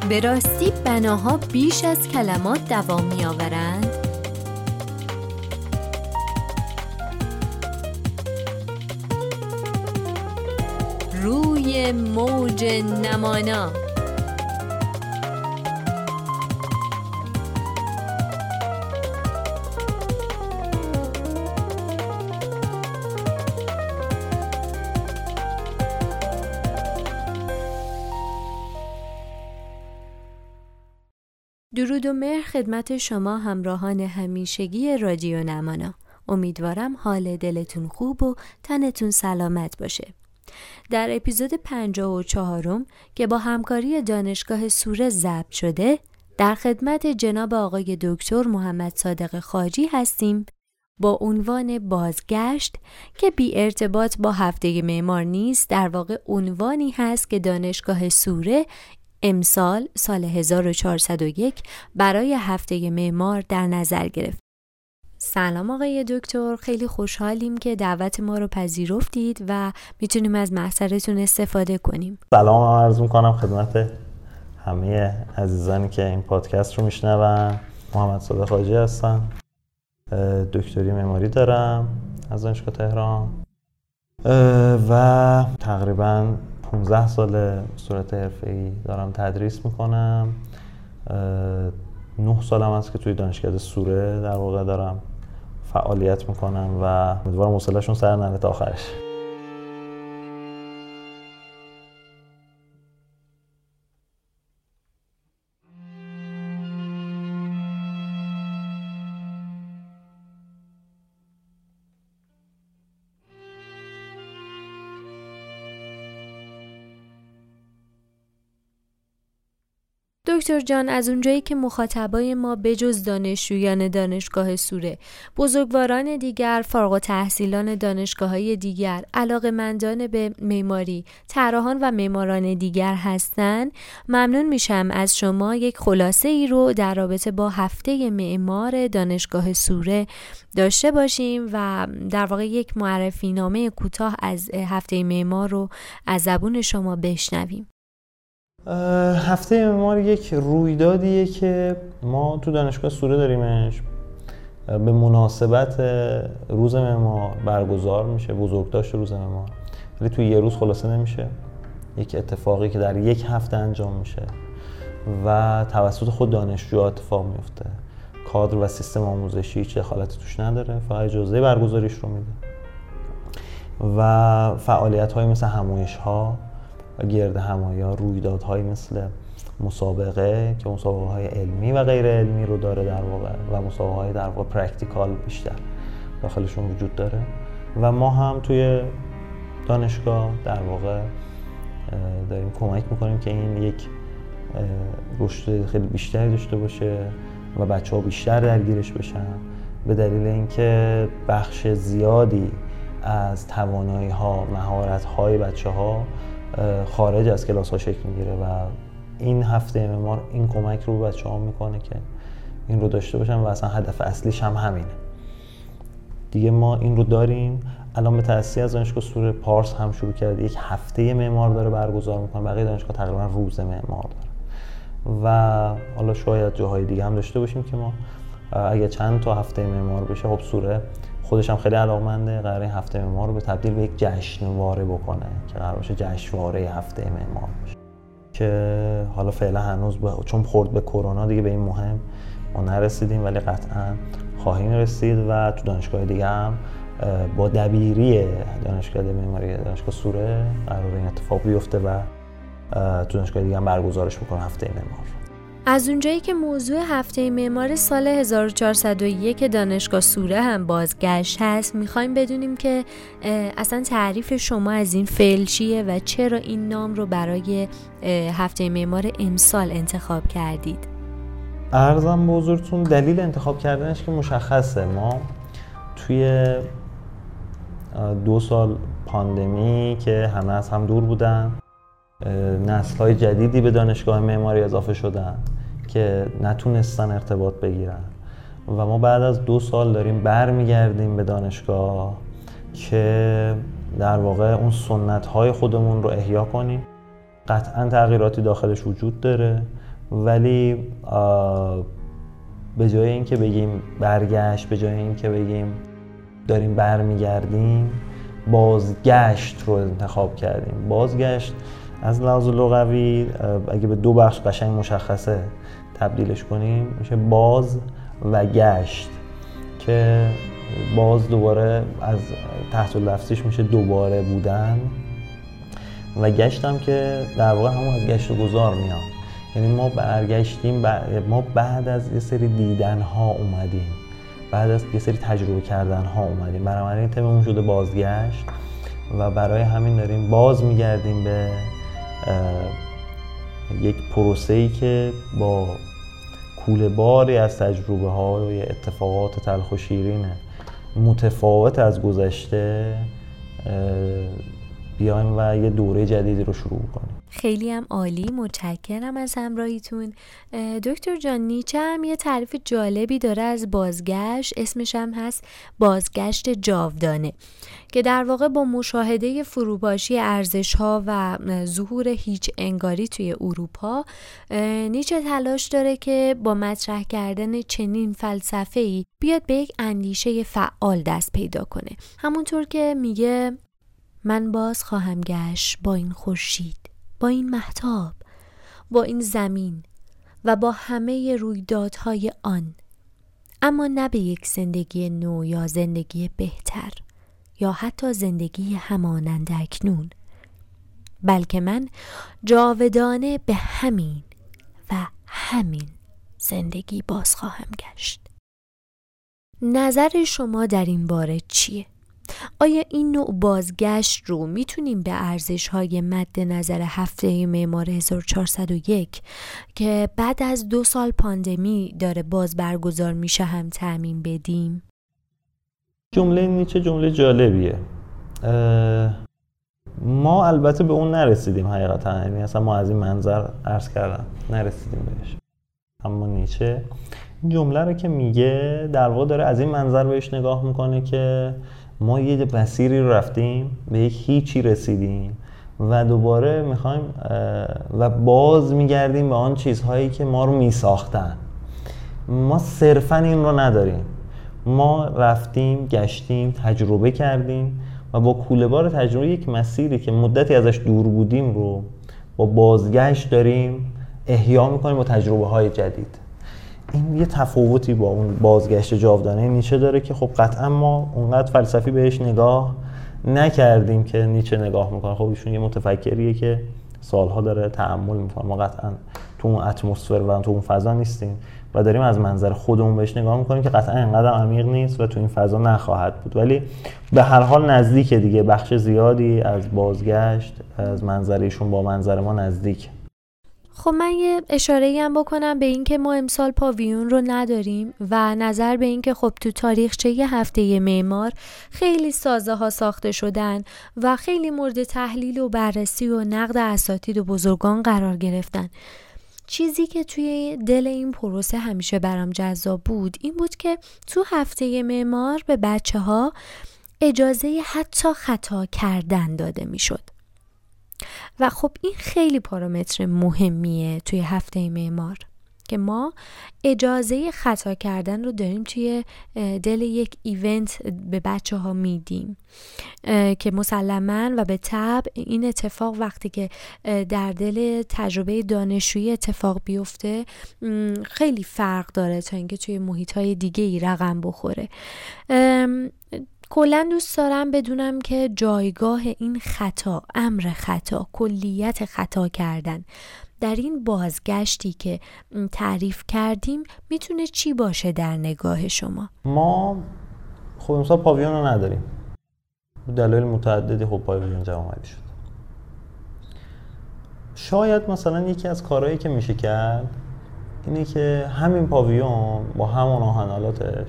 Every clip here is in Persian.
به راستی بناها بیش از کلمات دوام می‌آورند؟ روی موج نمانا. درود و مهر خدمت شما همراهان همیشگی رادیو نمانا. امیدوارم حال دلتون خوب و تنتون سلامت باشه. در اپیزود 54 که با همکاری دانشگاه سوره ضبط شده، در خدمت جناب آقای دکتر محمد صادق خواجی هستیم با عنوان بازگشت که بی ارتباط با هفته معمار نیست، در واقع عنوانی هست که دانشگاه سوره امسال سال 1401 برای هفته معمار در نظر گرفت. سلام آقای دکتر، خیلی خوشحالیم که دعوت ما رو پذیرفتید و میتونیم از محضرتون استفاده کنیم. سلام عرض میکنم خدمت همه عزیزانی که این پادکست رو میشنون. محمد صادق خواجی هستم، دکتری معماری دارم از دانشگاه تهران و تقریباً 15 سال به صورت حرفه‌ای دارم تدریس میکنم. 9 سالم هست که توی دانشکده سوره در واقع دارم فعالیت میکنم و امیدوارم حوصله‌شون سر نره تا آخرش. دکتر جان، از اونجایی که مخاطبای ما بجز دانشجویان دانشگاه سوره، بزرگواران دیگر، فارغ التحصیلان دانشگاه‌های دیگر، علاقه‌مندان به معماری، طراحان و معماران دیگر هستند، ممنون میشم از شما یک خلاصه ای رو در رابطه با هفته معمار دانشگاه سوره داشته باشیم و در واقع یک معرفی نامه کوتاه از هفته معمار رو از زبون شما بشنویم. هفته معمار یک رویدادیه که ما تو دانشگاه سوره داریمش. به مناسبت روز معمار برگزار میشه، بزرگداشت روز معمار، ولی توی یه روز خلاصه نمیشه. یک اتفاقی که در یک هفته انجام میشه و توسط خود دانشجوها اتفاق میفته. کادر و سیستم آموزشی هیچ دخالتی توش نداره، فقط اجازه برگزاریش رو میده و فعالیت‌های مثل همایش‌ها و گرد همایی، رویدادهایی مثل مسابقه که مسابقه‌های علمی و غیر علمی رو داره در واقع و مسابقه‌های در واقع پرکتیکال بیشتر داخلشون وجود داره و ما هم توی دانشگاه در واقع داریم کمک میکنیم که این یک رشد خیلی بیشتری داشته باشه و بچه‌ها بیشتر درگیرش بشن، به دلیل اینکه بخش زیادی از توانایی‌ها، مهارت‌های بچه‌ها خارج از کلاس ها شکل میگیره و این هفته معمار این کمک رو به بچه ها میکنه که این رو داشته باشن و اصلا هدف اصلیش هم همینه دیگه. ما این رو داریم. الان به تأسیس از دانشگاه سوره پارس هم شروع کرده، یک هفته معمار داره برگزار میکنه. بقیه دانشگاه تقریبا روز معمار داره و حالا شاید جاهای دیگه هم داشته باشیم که ما اگه چند تا هفته معمار بشه. خب سوره خودش هم خیلی علاقمنده، قراره این هفته معمار رو به تبدیل به یک جشنواره بکنه که قرار باشه جشنواره هفته معمار بشه که حالا فعلا هنوز چون خورد به کرونا دیگه به این مهم ما نرسیدیم، ولی قطعا خواهیم رسید و تو دانشگاه دیگه هم با دبیری دانشگاه معماری دانشگاه سوره قراره این اتفاق بیفته و تو دانشگاه دیگه هم برگزارش میکنه هفته معمار. از اونجایی که موضوع هفته معمار سال 1401 دانشگاه سوره هم بازگشت هست، میخوایم بدونیم که اصلا تعریف شما از این فعل چیه و چرا این نام رو برای هفته معمار امسال انتخاب کردید؟ عرضم به حضورتون دلیل انتخاب کردنش که مشخصه. ما توی 2 سال پاندمی که همه از هم دور بودن، نسل‌های جدیدی به دانشگاه معماری اضافه شدن که نتونستن ارتباط بگیرن و ما بعد از 2 سال داریم برمیگردیم به دانشگاه که در واقع اون سنت‌های خودمون رو احیا کنیم. قطعاً تغییراتی داخلش وجود داره ولی به جای اینکه بگیم برگشت، به جای اینکه بگیم داریم برمیگردیم، بازگشت رو انتخاب کردیم. بازگشت از لحاظ لغوی اگه به دو بخش قشنگ مشخصه تبدیلش کنیم میشه باز و گشت، که باز دوباره از تحت لفظیش میشه دوباره بودن و گشتم که در واقع همون از گشت و گذار میاد. یعنی ما برگشتیم، ما بعد از یه سری دیدن ها اومدیم، بعد از یه سری تجربه کردن ها اومدیم، بنابراین تممون شده بازگشت و برای همین داریم باز میگردیم به یک پروسه‌ای که با کوله باری از تجربه های اتفاقات تلخ و شیرین متفاوت از گذشته بیایم و یه دوره جدیدی رو شروع کنیم. خیلی هم عالی، متشکرم از همراهیتون. دکتر جان، نیچه هم یه تعریف جالبی داره از بازگشت، اسمش هم هست بازگشت جاودانه، که در واقع با مشاهده فروپاشی ارزش‌ها و ظهور هیچ انگاری توی اروپا، نیچه تلاش داره که با مطرح کردن چنین فلسفه‌ای بیاد به یک اندیشه فعال دست پیدا کنه. همونطور که میگه من باز خواهم گشت با این خورشید، با این مهتاب، با این زمین و با همه رویدادهای آن، اما نه به یک زندگی نو یا زندگی بهتر یا حتی زندگی همانند اکنون، بلکه من جاودانه به همین و همین زندگی باز خواهم گشت. نظر شما در این باره چیه؟ آیا این نوع بازگشت رو میتونیم به ارزش‌های مد نظر هفته معمار 1401 که بعد از 2 سال پاندمی داره باز برگزار میشه هم تعمیم بدیم؟ جمله نیچه جمله جالبیه. ما البته به اون نرسیدیم حقیقتا، یعنی اصلا ما از این منظر عرض کردم نرسیدیم بهش، اما نیچه این جمله رو که میگه در واقع داره از این منظر بهش نگاه میکنه که ما یه مسیری رو رفتیم، به یک هیچی رسیدیم و دوباره میخوایم و باز میگردیم به آن چیزهایی که ما رو میساختن. ما صرفا این رو نداریم، ما رفتیم، گشتیم، تجربه کردیم و با کوله‌بار تجربه یک مسیری که مدتی ازش دور بودیم رو با بازگشت داریم احیا میکنیم با تجربه های جدید. این یه تفاوتی با اون بازگشت جاودانه نیچه داره که خب قطعا ما اونقدر فلسفی بهش نگاه نکردیم که نیچه نگاه میکنه. خب ایشون یه متفکریه که سالها داره تأمل میکنه، ما قطعا تو اون اتمسفر و تو اون فضا نیستیم و داریم از منظر خودمون بهش نگاه میکنیم که قطعا اینقدر عمیق نیست و تو این فضا نخواهد بود، ولی به هر حال نزدیکه دیگه. بخش زیادی از بازگشت از منظر ایشون با منظر ما نزدیک. خب من یه اشاره‌ای هم بکنم به این که ما امسال پاویون رو نداریم و نظر به این که خب تو تاریخچه هفته معمار خیلی سازه ها ساخته شدن و خیلی مورد تحلیل و بررسی و نقد اساتید و بزرگان قرار گرفتن. چیزی که توی دل این پروسه همیشه برام جذاب بود این بود که تو هفته معمار به بچه‌ها اجازه حتی خطا کردن داده میشد. و خب این خیلی پارامتر مهمیه توی هفته معمار که ما اجازه خطا کردن رو داریم توی دل یک ایونت به بچه ها میدیم که مسلماً و به طبع این اتفاق وقتی که در دل تجربه دانشجویی اتفاق بیفته خیلی فرق داره تا اینکه توی محیط‌های دیگه‌ای رقم بخوره. کلاً دوست دارم بدونم که جایگاه این خطا، امر خطا، کلیت خطا کردن در این بازگشتی که تعریف کردیم میتونه چی باشه در نگاه شما؟ ما خب امسال پاویون رو نداریم، دلایل متعددی خب پاویون جمع آوری شد. شاید مثلا یکی از کارهایی که میشه کرد اینه که همین پاویون با همون آهنالاتش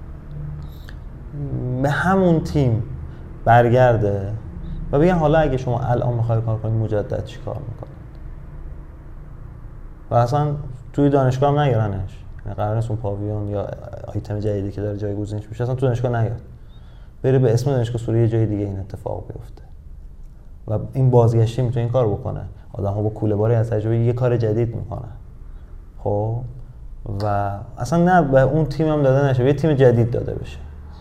به همون تیم برگرده و بگن حالا اگه شما الان میخوای کار کنید مجدد چی کار میکنید و اصلا توی دانشگاه هم نگیرنش، یعنی قرار نیست اون پاویون یا آیتم جدیدی که داره جایگزینش میشه اصلا تو دانشگاه نیاد، بره به اسم دانشگاه سوریه جای دیگه این اتفاق بیفته و این بازگشتی میتونه این کار بکنه. آدم ها با کوله باری از تجربه یه کار جدید میکنن خب و اصلا نه به اون تیم هم داده نشه، یه تیم جدید داده بشه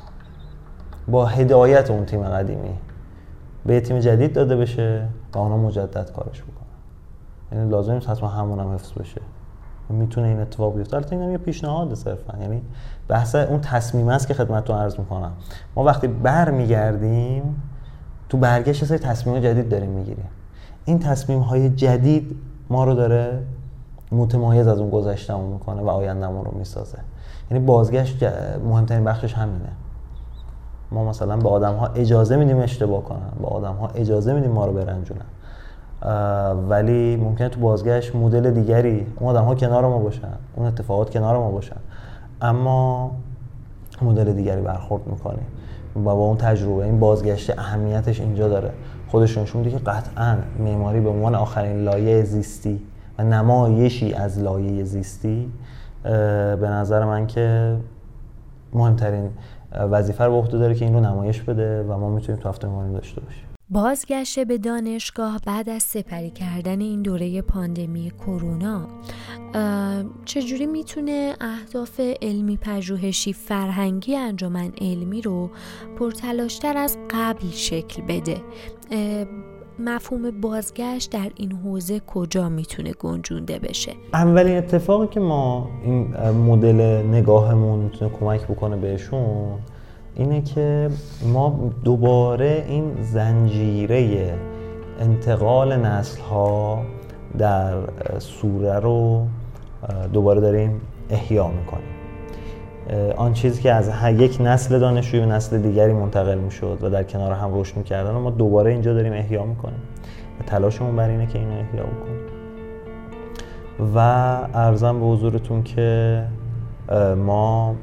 با هدایت اون تیم قدیمی، به یه تیم جدید داده بشه و اونا مجدد کارش بکنن. یعنی لازم نیست حتما همون هم حفظ بشه، میتونه این اتفاق بیفته. البته این هم یه پیشنهاده صرفا، یعنی بحث اون تصمیم است که خدمتتون عرض میکنم. ما وقتی برمیگردیم تو برگشت سری تصمیم جدید داریم میگیریم، این تصمیم های جدید ما رو داره متمایز از اون گذشتهمون میکنه و آیندهمون رو میسازه. یعنی بازگشت مهمترین بخشش همینه. ما مثلا به آدم ها اجازه میدیم اشتباه کنن، به آدم ها اجازه میدیم ما رو برنجونن، ولی ممکنه تو بازگشت مدل دیگری اون آدم ها کنار ما باشن، اون اتفاقات کنار ما باشن، اما مدل دیگری برخورد میکنیم و با اون تجربه این بازگشت اهمیتش اینجا داره. خودش نشون میده که قطعاً معماری به عنوان آخرین لایه زیستی و نمایشی از لایه زیستی به نظر من که مهمترین وظیفه رو به عهده داره که این رو نمایش بده و ما میتونیم تو هفته معماری داشته باشیم. بازگشت به دانشگاه بعد از سپری کردن این دوره پاندمی کرونا چجوری میتونه اهداف علمی پژوهشی فرهنگی انجمن علمی رو پرتلاشتر از قبل شکل بده؟ مفهوم بازگشت در این حوزه کجا میتونه گنجونده بشه؟ اولین اتفاقی که ما این مدل نگاهمون میتونه کمک بکنه بهشون اینه که ما دوباره این زنجیره انتقال نسل‌ها در سوره رو دوباره داریم احیا میکنیم. آن چیزی که از یک نسل دانشجوی به نسل دیگری منتقل میشد و در کنار هم رشد میکردن ما دوباره اینجا داریم احیا میکنیم. تلاشمون بر اینه که اینو احیا بکنیم و عرضم به حضورتون که ما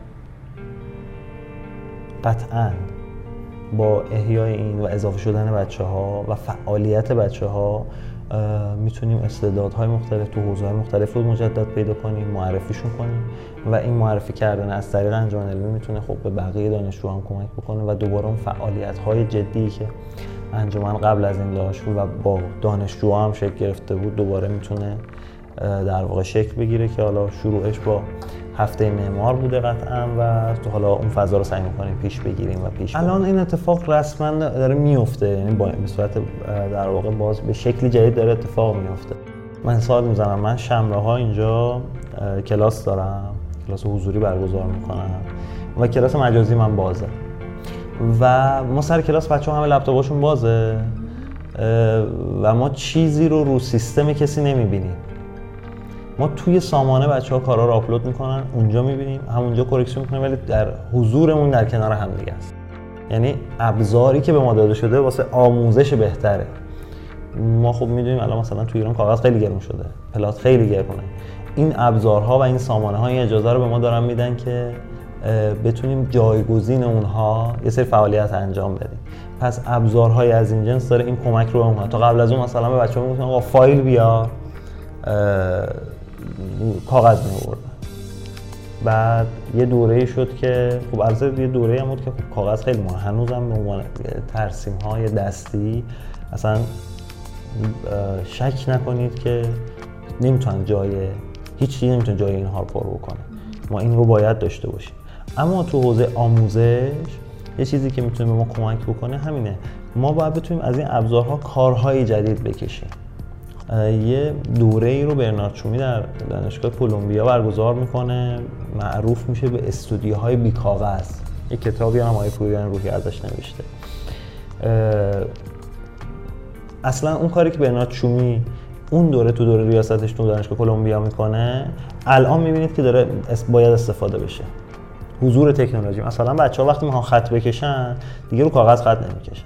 قطعاً با احیای این و اضافه شدن بچه‌ها و فعالیت بچه‌ها میتونیم استعدادهای مختلف تو حوزه‌های مختلف رو مجدد پیدا کنیم، معرفیشون کنیم و این معرفی کردن از طریق انجمن علمی میتونه خب به بقیه دانشجوها هم کمک بکنه و دوباره اون فعالیت‌های جدی که انجمن قبل از این داشت و با دانشجوها هم شکل گرفته بود دوباره میتونه در واقع شکل بگیره که حالا شروعش با هفته معمار بوده قطعا و تو حالا اون فضا رو سعی می‌کنیم پیش بگیریم و پیش الان این اتفاق رسما داره میفته، یعنی به صورت در واقع باز به شکلی جدید داره اتفاق میفته. من مثال میزنم، من شنبه‌ها اینجا کلاس دارم، کلاس حضوری برگزار میکنم و کلاس مجازی من بازه و ما سر کلاس بچه‌ها همه لپتاپاشون بازه و ما چیزی رو سیستم کسی نمیبینیم. ما توی سامانه بچه‌ها کارا رو آپلود میکنن، اونجا میبینیم، همونجا کرکشن میکنیم، ولی در حضورمون در کنار هم دیگه است. یعنی ابزاری که به ما داده شده واسه آموزش بهتره. ما خب میدونیم الان مثلا توی ایران کاغذ خیلی گرون شده، پلات خیلی گرونه. این ابزارها و این سامانه ها این اجازه رو به ما دارن میدن که بتونیم جایگزین اونها یه سری فعالیت انجام بدیم. پس ابزارهای از این جنس داره این کمک رو به ما. تا قبل از اون مثلا به بچه‌ها میگفتن آقا فایل بیار، کاغذ می‌آوردن. بعد یه دوره‌ای شد که خب البته یه دوره‌ای هم بود که خب کاغذ خیلی مهم، هنوزم به عنوان ترسیم‌های دستی اصلا شک نکنید که نمیتونن هیچ چیزی نمیتونه جای اینها رو پر بکنه. ما این رو باید داشته باشیم. اما تو حوزه آموزش یه چیزی که میتونه به ما کمک بکنه همینه، ما باید بتونیم از این ابزارها کارهای جدید بکشیم. یه دوره‌ای رو برنارد شومی در دانشگاه کلمبیا برگزار میکنه، معروف میشه به استودیوهای بی کاغذ. یه کتابی هم آقای پوریان روحی ازش نوشته. اصلا اون کاری که برنارد شومی اون دوره تو دوره ریاستش تو دانشگاه کلمبیا میکنه، الان میبینید که داره باید استفاده بشه. حضور تکنولوژی، مثلا بچه‌ها وقتی میخوان خط بکشن دیگه رو کاغذ خط نمیکشن،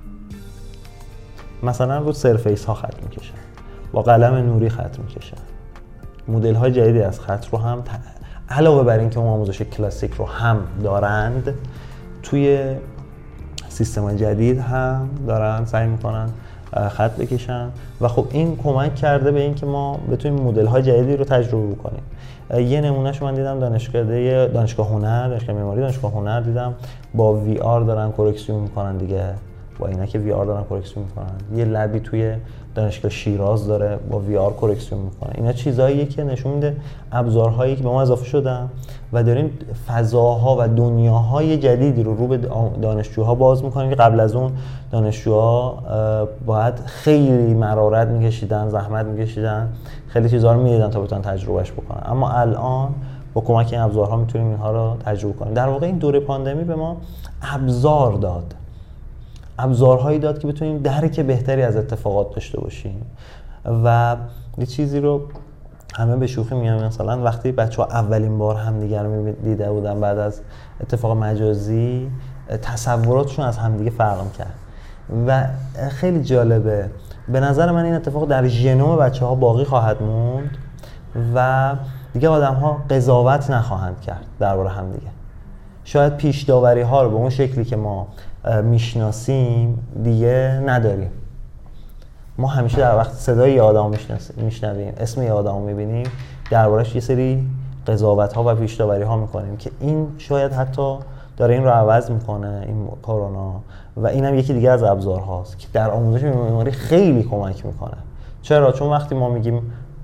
مثلا رو سرفیس ها خط میکشن، با قلم نوری خط میکشن. مدل های جدیدی از خط رو هم علاوه بر این که اون آموزش کلاسیک رو هم دارند، توی سیستم جدید هم دارن سعی میکنن خط بکشن و خب این کمک کرده به این که ما بتونیم مدل های جدیدی رو تجربه کنیم. یه نمونهش من دیدم دانشگاه هنر، دانشگاه معماری دانشگاه هنر دیدم با وی آر دارن کرکسیون میکنن دیگه با اینا که وی آر دارن کرکسیون میکنن. یه لبی توی دانشگاه شیراز داره با وی آر کرکسیون میکنه. اینا چیزاییه که نشون میده ابزارهایی که به ما اضافه شدن و داریم فضاها و دنیاهای جدیدی رو به دانشجوها باز میکنیم که قبل از اون دانشجوها باید خیلی مرارت میکشیدن، زحمت میکشیدن، خیلی چیزا رو میدیدن تا بتونن تجربهش بکنن. اما الان با کمک این ابزارها میتونیم اینها رو تجربه کنیم. در واقع این دوره پاندمی به ما ابزار داد، ابزارهایی داد که بتونیم درک بهتری از اتفاقات داشته باشیم. و یه چیزی رو همه به شوخی میگن، مثلا وقتی بچه‌ها اولین بار همدیگر رو دیده بودن بعد از اتفاق مجازی، تصوراتشون از همدیگه فرق می‌کرد و خیلی جالبه. به نظر من این اتفاق در ژنوم بچه‌ها باقی خواهد موند و دیگه آدم‌ها قضاوت نخواهند کرد درباره همدیگه. شاید پیش داوری‌ها رو به اون شکلی که ما میشناسیم دیگه نداریم. ما همیشه در وقت صدای یه آدمو میشنویم، اسم یه آدمو میبینیم، دربارش یه سری قضاوت‌ها و پیش داوری‌ها میکنیم که این شاید حتی داره این رو عوض میکنه، این کرونا. و اینم یکی دیگه از ابزارهاست که در آموزش معماری خیلی کمک میکنه. چرا؟ چون وقتی ما میگیم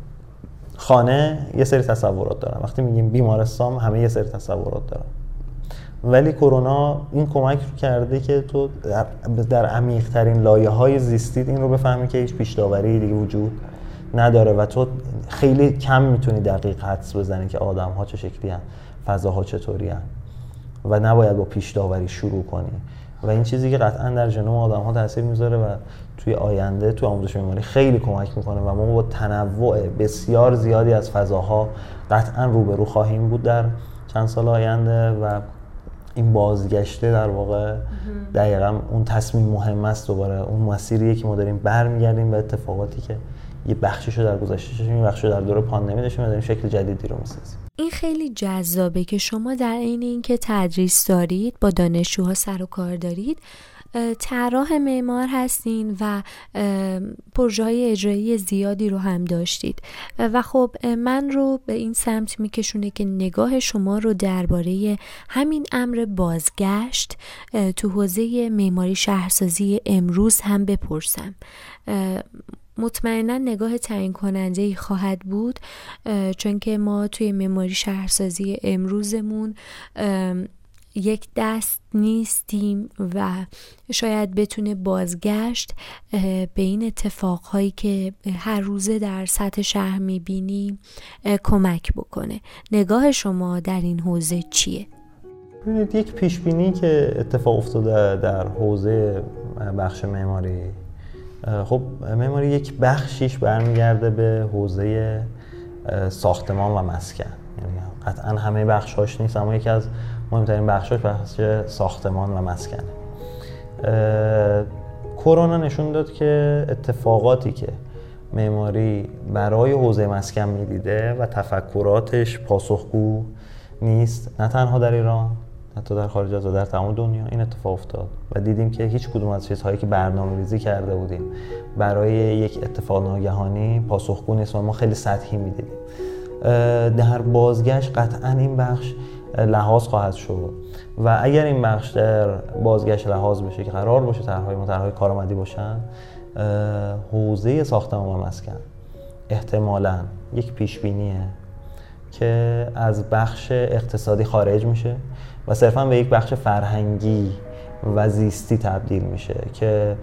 خانه یه سری تصورات دارن، وقتی میگیم بیمارستان همه یه سری تصورات دارن. ولی کرونا این کمک رو کرده که تو در عمیق‌ترین لایه‌های زیستیت این رو بفهمی که هیچ پیش داوری دیگه وجود نداره و تو خیلی کم میتونی دقیق حدس بزنی که آدم‌ها چه شکلی هستن، فضاها چطوری هستن و نباید با پیش داوری شروع کنی. و این چیزی که قطعاً در ژنوم آدم‌ها تاثیر میذاره و توی آینده توی آموزش معماری خیلی کمک میکنه و ما با تنوع بسیار زیادی از فضاها قطعاً روبرو خواهیم بود در چند سال آینده و این بازگشته در واقع دقیقاً اون تصمیم مهم است. دوباره اون مسیریه که ما داریم برمیگردیم به اتفاقاتی که یه بخشیشو در گذشته داشتیم، یه بخشیشو در دوره پاندمی داشتیم و داریم شکل جدیدی رو می‌سازیم. این خیلی جذابه که شما در عین اینکه تدریس دارید، با دانشجوها سر و کار دارید، طراح معمار هستین و پروژه‌های اجرایی زیادی رو هم داشتید و خب من رو به این سمت میکشونه که نگاه شما رو درباره همین امر بازگشت تو حوزه معماری شهرسازی امروز هم بپرسم. مطمئنا نگاه تعیین کننده‌ای خواهد بود، چون که ما توی معماری شهرسازی امروزمون یک دست نیستیم و شاید بتونه بازگشت به این اتفاقهایی که هر روزه در سطح شهر میبینیم کمک بکنه. نگاه شما در این حوزه چیه؟ ببینید، یک پیشبینی که اتفاق افتاده در حوزه بخش معماری، خب معماری یک بخشیش برمیگرده به حوزه ساختمان و مسکن. یعنی قطعا همه بخش‌هاش نیست، اما یکی از مهمترین بخش‌هاش بخش ساختمان و مسکنه. کرونا نشون داد که اتفاقاتی که معماری برای حوزه مسکن می‌دیده و تفکراتش پاسخگو نیست، نه تنها در ایران، حتی در خارج از در تمام دنیا این اتفاق افتاد و دیدیم که هیچ کدوم از چیزهایی که برنامه‌ریزی کرده بودیم برای یک اتفاق ناگهانی پاسخگو نیست و ما خیلی سطحی می‌دیدیم. در بازگشت قطعاً این بخش لحاظ خواهد شد و اگر این بخش در بازگشت لحاظ بشه که قرار باشه طرحهای کارآمدی باشن، حوزه ساختمان و مسکن احتمالاً یک پیشبینیه که از بخش اقتصادی خارج میشه و صرفاً به یک بخش فرهنگی و زیستی تبدیل میشه که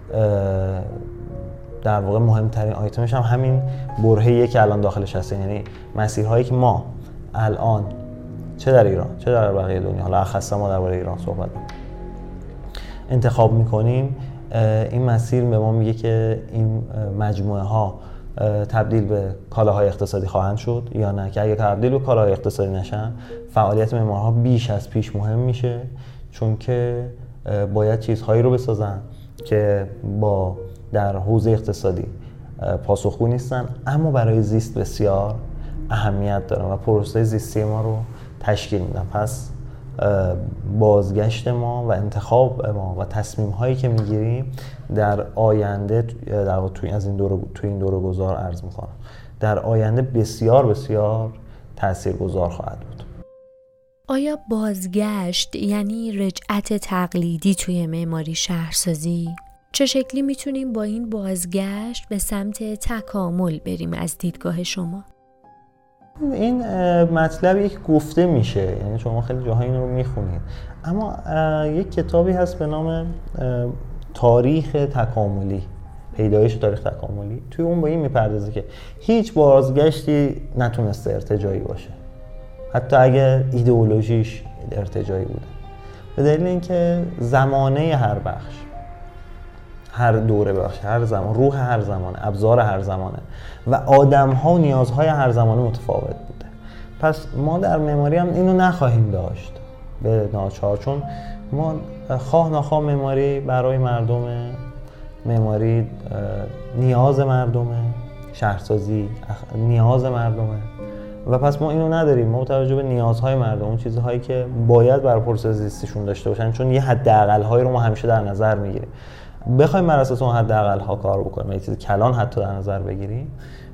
در واقع مهمترین آیتمش هم همین برهه‌ایه که الان داخلش هستیم. یعنی مسیرهایی که ما الان چه در ایران چه در بقیه دنیا، حالا خاصه ما درباره ایران صحبت انتخاب میکنیم، این مسیر به ما میگه که این مجموعه ها تبدیل به کالاهای اقتصادی خواهند شد یا نه، که اگه تبدیل به کالاهای اقتصادی نشن فعالیت معمارها بیش از پیش مهم میشه، چون که باید چیزهایی رو بسازن که با در حوزه اقتصادی پاسخگو نیستن اما برای زیست بسیار اهمیت دارن و پروسه زیستی ما رو تشکیل میدن. پس بازگشت ما و انتخاب ما و تصمیم هایی که میگیریم در آینده در واقع توی این دوره گذار عرض میکنم در آینده بسیار بسیار تاثیرگذار خواهد بود. آیا بازگشت یعنی رجعت تقلیدی توی معماری شهرسازی؟ چه شکلی میتونیم با این بازگشت به سمت تکامل بریم از دیدگاه شما؟ این مطلبی که گفته میشه، یعنی شما خیلی جاها این رو میخونید، اما یک کتابی هست به نام تاریخ تکاملی، پیدایش تاریخ تکاملی. توی اون با این میپردازه که هیچ بازگشتی نتونسته ارتجاعی باشه، حتی اگه ایدئولوژیش ارتجاعی بوده، به دلیل اینکه زمانه هر بخش، هر دوره بخش، هر زمان، روح هر زمانه، ابزار هر زمانه و آدم‌ها و نیازهای هر زمانه متفاوت بوده. پس ما در معماری هم اینو نخواهیم داشت به ناچار، چون ما خواه ناخواه معماری برای مردمه، معماری نیاز مردمه، شهرسازی نیاز مردمه و پس ما اینو نداریم. ما با توجه به نیازهای مردم، اون چیزهایی که باید برای پروسه زیستیشون داشته باشن، چون یه حداقل‌هایی رو ما همیشه در نظر میگیریم، بخوایم بر اساس اون حداقل‌ها کار بکنیم، یه چیز کلان حتی در نظر بگیریم،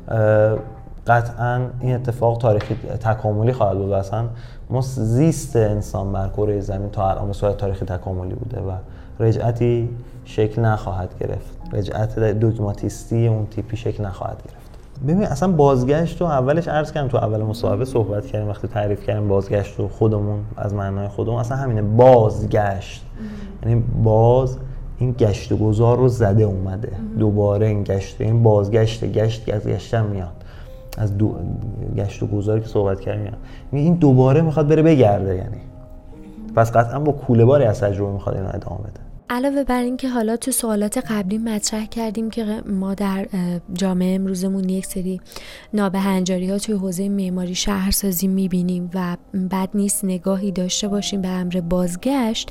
قطعاً این اتفاق تاریخی تکاملی خواهد بود. اصلا ما زیست انسان بر کره زمین تا الان به صورت تاریخی تکاملی بوده و رجعتی شکل نخواهد گرفت، رجعت دوگماتیستی اون تیپی شکل نخواهد گرفت. ببین اصلا بازگشت رو اولش عرض کردم، تو اول مصاحبه صحبت کردیم وقتی تعریف کردیم بازگشت رو خودمون از معنای خودمون، اصلا همینه، بازگشت یعنی باز، این گشت و گذار رو زده اومده دوباره، این گشت، این بازگشت، گشت از گشتن میاد، از گشت و گذاری که صحبت کردیم میاد، این دوباره میخواد بره بگرده، یعنی پس قطعا با کوله باری از تجربه میخواد اینو ادامه بده. علاوه بر این که حالا تو سوالات قبلی مطرح کردیم که ما در جامعه امروزمون یک سری نابهنجاری‌ها توی حوزه معماری شهرسازی می‌بینیم و بد نیست نگاهی داشته باشیم به امر بازگشت،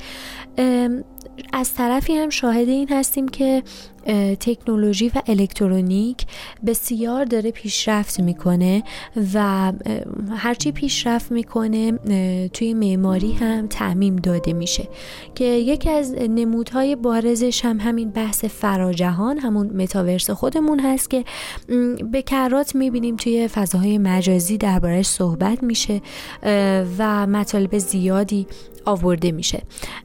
از طرفی هم شاهد این هستیم که تکنولوژی و الکترونیک بسیار داره پیشرفت میکنه و هرچی پیشرفت میکنه توی معماری هم تعمیم داده میشه که یکی از نمودهای بارزش هم همین بحث فراجهان، همون متاورس خودمون هست که به کرات میبینیم توی فضاهای مجازی دربارش صحبت میشه و مطالب زیادی آورده میشه.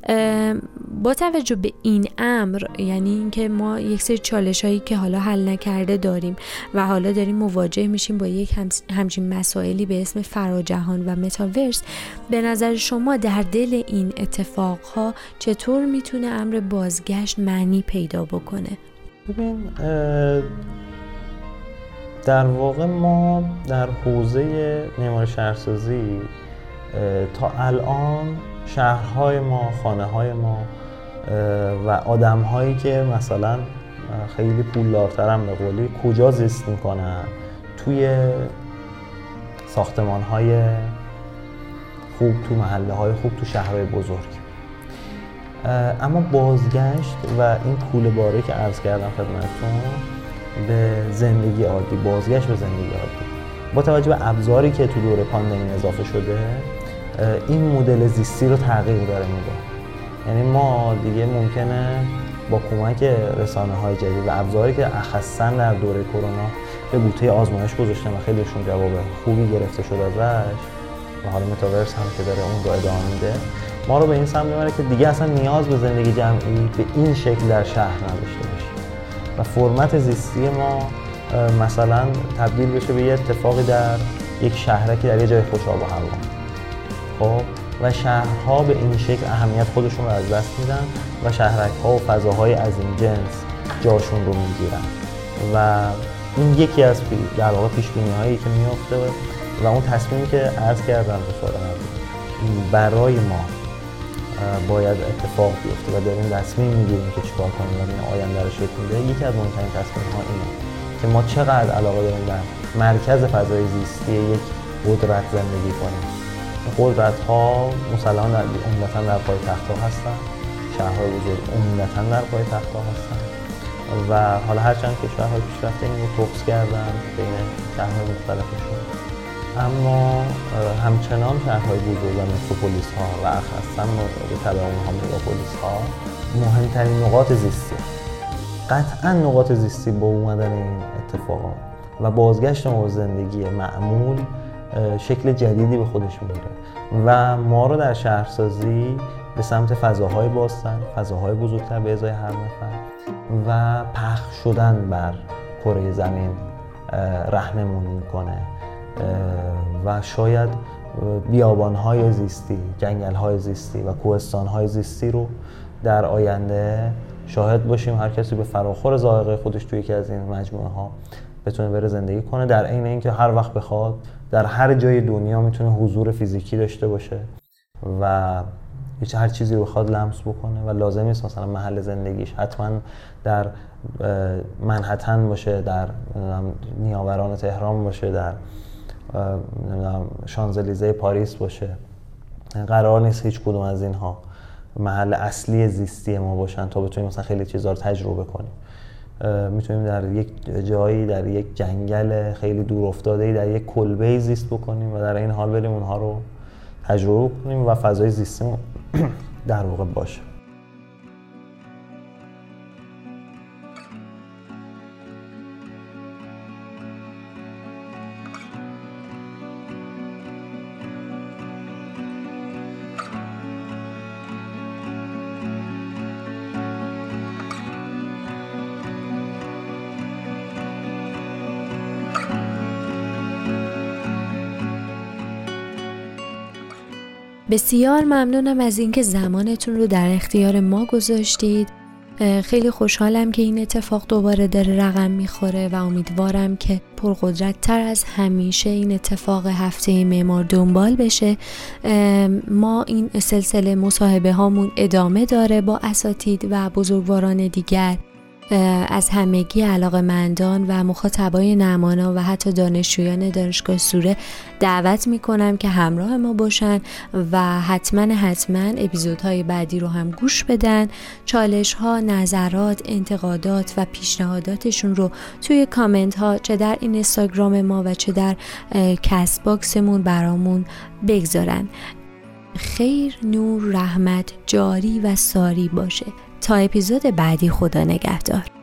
با توجه به این امر، یعنی اینکه ما یک سری چالشایی که حالا حل نکرده داریم و حالا داریم مواجه میشیم با یک همچین مسائلی به اسم فراجهان و متاورس، به نظر شما در دل این اتفاقها چطور میتونه امر بازگشت معنی پیدا بکنه؟ ببین در واقع ما در حوزه معماری شهرسازی تا الان شهرهای ما، خانه‌های ما و آدم‌هایی که مثلا خیلی پولدارترن به قولی کجا زیست میکنن؟ توی ساختمان‌های خوب، تو محله‌های خوب، تو شهرهای بزرگ. اما بازگشت و این کوله باره که عرض کردم خدمتتون به زندگی عادی، بازگشت به زندگی عادی با توجه به ابزاری که تو دوره پاندمی اضافه شده، این مدل زیستی رو تغییر داره میده. یعنی ما دیگه ممکنه با کمک رسانه‌های جدید و ابزاری که اخصاً در دوره کرونا به بوته آزمایش گذاشتن و خیلیشون جواب خوبی گرفته شده ازش و حالا متاورس هم که داره اون رو ادامه میده، ما رو به این سمت میبره که دیگه اصلا نیاز به زندگی جمعی به این شکل در شهر نداشته باشیم و فرمت زیستی ما مثلا تبدیل بشه به یه اتفاقی در یک شهرکی در یه جای خوش آب و هوا. خب و شهرها به این شکل اهمیت خودشون رو از دست میدن و شهرک‌ها و فضاهای از این جنس جاشون رو میگیرن و این یکی از در واقع پیش‌بینی‌هایی که میفته و اون تصمیمی که عرض کردم به سوال برای ما باید اتفاق بیفته و داریم تصمیم میگیریم که چیکار کنیم و این آینده رو شکل میده. یکی از مهمترین تصمیم‌ها اینه که ما چقدر علاقه داریم در مرکز فضای زیستی یک قدرت زندگی کنیم. قدرت‌ها مسلماً عمدتاً در پایتخت‌ها هستن، شهرهای بزرگ عمدتاً در پایتخت‌ها هستن و حالا هرچند کشورهای پیشرفته این رو توسعه کردن بین شهرهای مختلفشون، اما همچنان شهرهای بزرگ و متروپولیس‌ها و اخصاً به تبع اونها مگاپولیس‌ها مهمترین نقاط زیستی. قطعاً نقاط زیستی با اومدن این اتفاقات و بازگشت ما به زندگی معمول شکل جدیدی به خودش میگیره و ما رو در شهرسازی به سمت فضاهای بازتر، فضاهای بزرگتر به ازای هر نفر و پخش شدن بر کره زمین راهنمایی میکنه و شاید بیابان‌های زیستی، جنگل‌های زیستی و کوهستان‌های زیستی رو در آینده شاهد باشیم. هر کسی به فراخور ذائقه خودش توی یکی از این مجموعه‌ها بتونه بره زندگی کنه، در عین اینکه هر وقت بخواد در هر جای دنیا میتونه حضور فیزیکی داشته باشه و هر چیزی رو بخواد لمس بکنه و لازم نیست مثلا محل زندگیش حتما در منهتن باشه، در نیاوران تهران باشه، در شانزلیزه پاریس باشه. قرار نیست هیچ کدوم از اینها محل اصلی زیستی ما باشن تا بتونیم مثلا خیلی چیزا رو تجربه کنیم. میتونیم در یک جایی، در یک جنگل خیلی دور افتاده‌ای، در یک کلبه‌ای زیست بکنیم و در این حال بریم اونها رو تجربه کنیم و فضای زیستیمون در واقع باشه. بسیار ممنونم از اینکه زمانتون رو در اختیار ما گذاشتید. خیلی خوشحالم که این اتفاق دوباره داره رقم میخوره و امیدوارم که پرقدرت تر از همیشه این اتفاق هفته معمار دنبال بشه. ما این سلسله مصاحبه هامون ادامه داره با اساتید و بزرگواران دیگر. از همگی علاقه‌مندان و مخاطبای نعمانا و حتی دانشجویان دانشگاه سوره دعوت میکنم که همراه ما باشن و حتما اپیزودهای بعدی رو هم گوش بدن. چالش ها، نظرات، انتقادات و پیشنهاداتشون رو توی کامنت ها چه در این اینستاگرام ما و چه در کست باکسمون برامون بگذارن. خیر، نور، رحمت جاری و ساری باشه. تا اپیزود بعدی، خدا نگهدار.